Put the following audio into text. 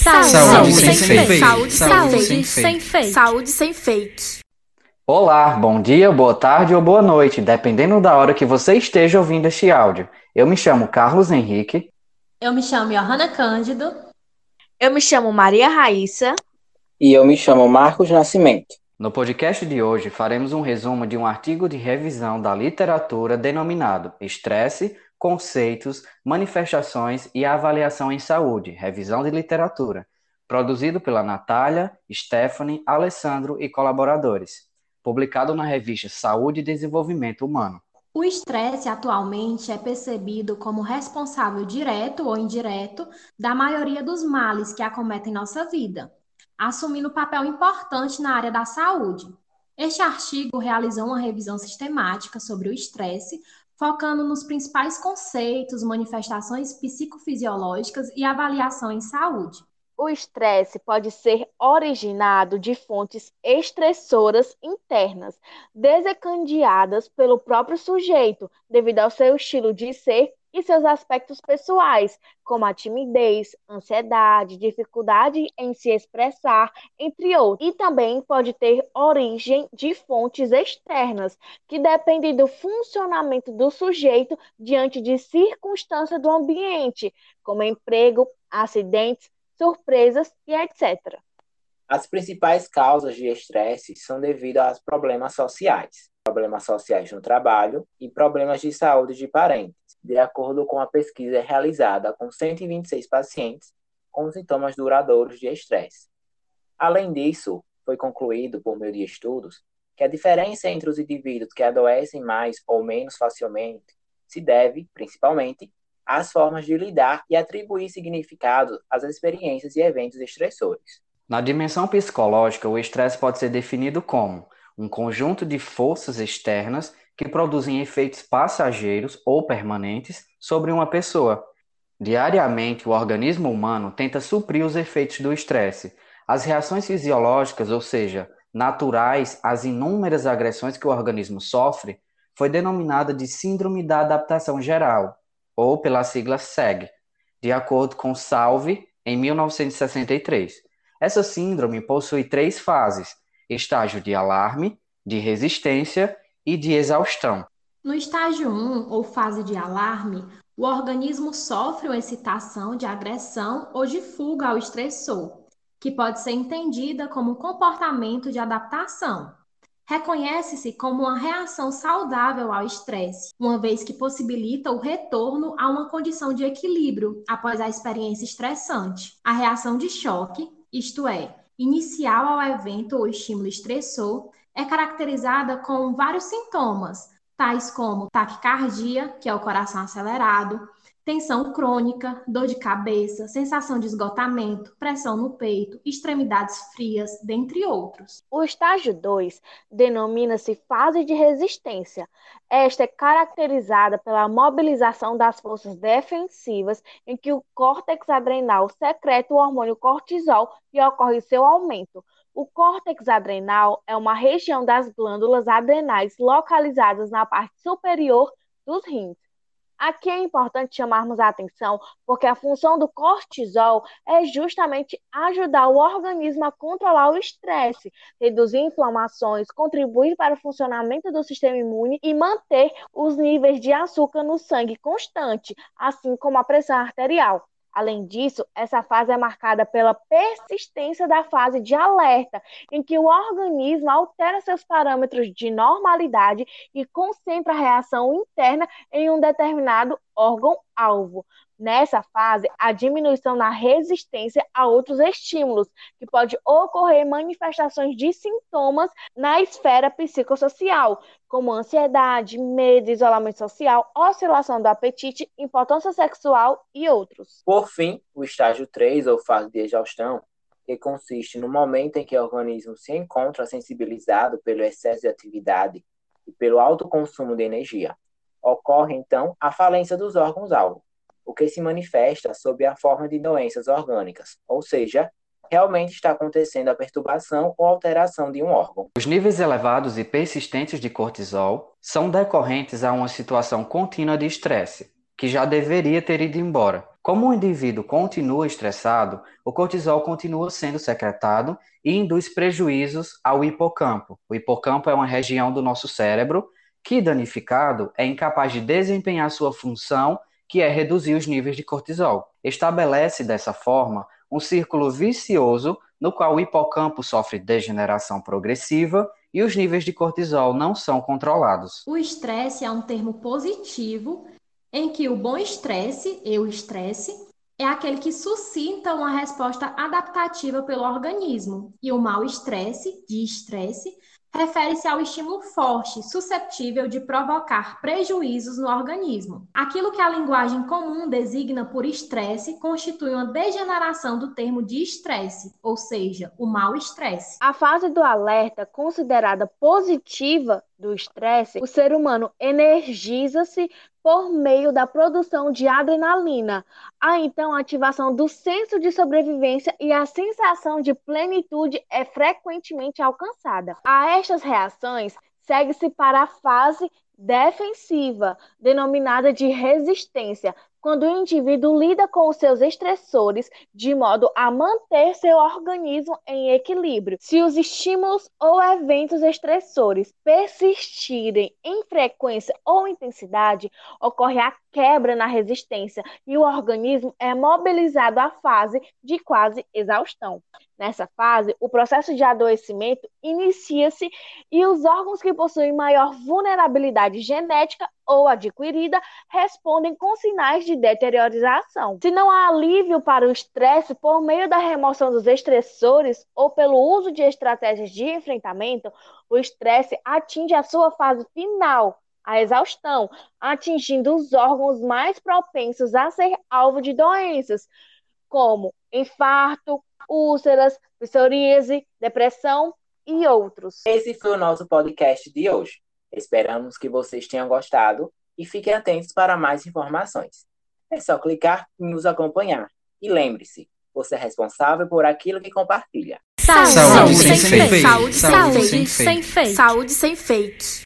Saúde sem fake. Saúde sem fake. Saúde sem fake. Olá, bom dia, boa tarde ou boa noite, dependendo da hora que você esteja ouvindo este áudio. Eu me chamo Carlos Henrique. Eu me chamo Johanna Cândido. Eu me chamo Maria Raíssa. E eu me chamo Marcos Nascimento. No podcast de hoje, faremos um resumo de um artigo de revisão da literatura denominado Estresse, Conceitos, Manifestações e Avaliação em Saúde, Revisão de Literatura, produzido pela Natália, Stephanie, Alessandro e colaboradores, publicado na revista Saúde e Desenvolvimento Humano. O estresse atualmente é percebido como responsável direto ou indireto da maioria dos males que acometem nossa vida, assumindo papel importante na área da saúde. Este artigo realizou uma revisão sistemática sobre o estresse, focando nos principais conceitos, manifestações psicofisiológicas e avaliação em saúde. O estresse pode ser originado de fontes estressoras internas, desencadeadas pelo próprio sujeito, devido ao seu estilo de ser e seus aspectos pessoais, como a timidez, ansiedade, dificuldade em se expressar, entre outros. E também pode ter origem de fontes externas, que dependem do funcionamento do sujeito diante de circunstâncias do ambiente, como emprego, acidentes, surpresas e etc. As principais causas de estresse são devido aos problemas sociais no trabalho e problemas de saúde de parentes, de acordo com a pesquisa realizada com 126 pacientes com sintomas duradouros de estresse. Além disso, foi concluído por meio de estudos que a diferença entre os indivíduos que adoecem mais ou menos facilmente se deve, principalmente, às formas de lidar e atribuir significado às experiências e eventos estressores. Na dimensão psicológica, o estresse pode ser definido como um conjunto de forças externas que produzem efeitos passageiros ou permanentes sobre uma pessoa. Diariamente, o organismo humano tenta suprir os efeitos do estresse. As reações fisiológicas, ou seja, naturais às inúmeras agressões que o organismo sofre, foi denominada de Síndrome da Adaptação Geral, ou pela sigla SAG, de acordo com Salve, em 1963. Essa síndrome possui 3 fases: estágio de alarme, de resistência e de exaustão. No estágio 1, ou fase de alarme, o organismo sofre uma excitação de agressão ou de fuga ao estressor, que pode ser entendida como um comportamento de adaptação. Reconhece-se como uma reação saudável ao estresse, uma vez que possibilita o retorno a uma condição de equilíbrio após a experiência estressante. A reação de choque, isto é, inicial ao evento ou estímulo estressor, é caracterizada com vários sintomas, tais como taquicardia, que é o coração acelerado, tensão crônica, dor de cabeça, sensação de esgotamento, pressão no peito, extremidades frias, dentre outros. O estágio 2 denomina-se fase de resistência. Esta é caracterizada pela mobilização das forças defensivas em que o córtex adrenal secreta o hormônio cortisol e ocorre seu aumento. O córtex adrenal é uma região das glândulas adrenais localizadas na parte superior dos rins. Aqui é importante chamarmos a atenção porque a função do cortisol é justamente ajudar o organismo a controlar o estresse, reduzir inflamações, contribuir para o funcionamento do sistema imune e manter os níveis de açúcar no sangue constante, assim como a pressão arterial. Além disso, essa fase é marcada pela persistência da fase de alerta, em que o organismo altera seus parâmetros de normalidade e concentra a reação interna em um determinado órgão-alvo. Nessa fase, há diminuição na resistência a outros estímulos, que pode ocorrer manifestações de sintomas na esfera psicossocial, como ansiedade, medo, isolamento social, oscilação do apetite, impotência sexual e outros. Por fim, o estágio 3, ou fase de exaustão, que consiste no momento em que o organismo se encontra sensibilizado pelo excesso de atividade e pelo alto consumo de energia. Ocorre, então, a falência dos órgãos-alvo, o que se manifesta sob a forma de doenças orgânicas, ou seja, realmente está acontecendo a perturbação ou alteração de um órgão. Os níveis elevados e persistentes de cortisol são decorrentes a uma situação contínua de estresse, que já deveria ter ido embora. Como o indivíduo continua estressado, o cortisol continua sendo secretado e induz prejuízos ao hipocampo. O hipocampo é uma região do nosso cérebro que, danificado, é incapaz de desempenhar sua função, que é reduzir os níveis de cortisol. Estabelece, dessa forma, um círculo vicioso no qual o hipocampo sofre degeneração progressiva e os níveis de cortisol não são controlados. O estresse é um termo positivo em que o bom estresse, eustresse, é aquele que suscita uma resposta adaptativa pelo organismo, e o mau estresse, distresse, refere-se ao estímulo forte, susceptível de provocar prejuízos no organismo. Aquilo que a linguagem comum designa por estresse constitui uma degeneração do termo de estresse, ou seja, o mau estresse. A fase do alerta, considerada positiva do estresse, o ser humano energiza-se por meio da produção de adrenalina. Há então a ativação do senso de sobrevivência e a sensação de plenitude é frequentemente alcançada. A estas reações segue-se para a fase defensiva, denominada de resistência, quando o indivíduo lida com os seus estressores de modo a manter seu organismo em equilíbrio. Se os estímulos ou eventos estressores persistirem em frequência ou intensidade, ocorre a quebra na resistência e o organismo é mobilizado à fase de quase exaustão. Nessa fase, o processo de adoecimento inicia-se e os órgãos que possuem maior vulnerabilidade genética ou adquirida respondem com sinais de deteriorização. Se não há alívio para o estresse por meio da remoção dos estressores ou pelo uso de estratégias de enfrentamento, o estresse atinge a sua fase final, a exaustão, atingindo os órgãos mais propensos a ser alvo de doenças, como infarto, úlceras, psoríase, depressão e outros. Esse foi o nosso podcast de hoje. Esperamos que vocês tenham gostado e fiquem atentos para mais informações. É só clicar e nos acompanhar. E lembre-se, você é responsável por aquilo que compartilha. Saúde sem fake. Saúde sem fake. Saúde sem fake.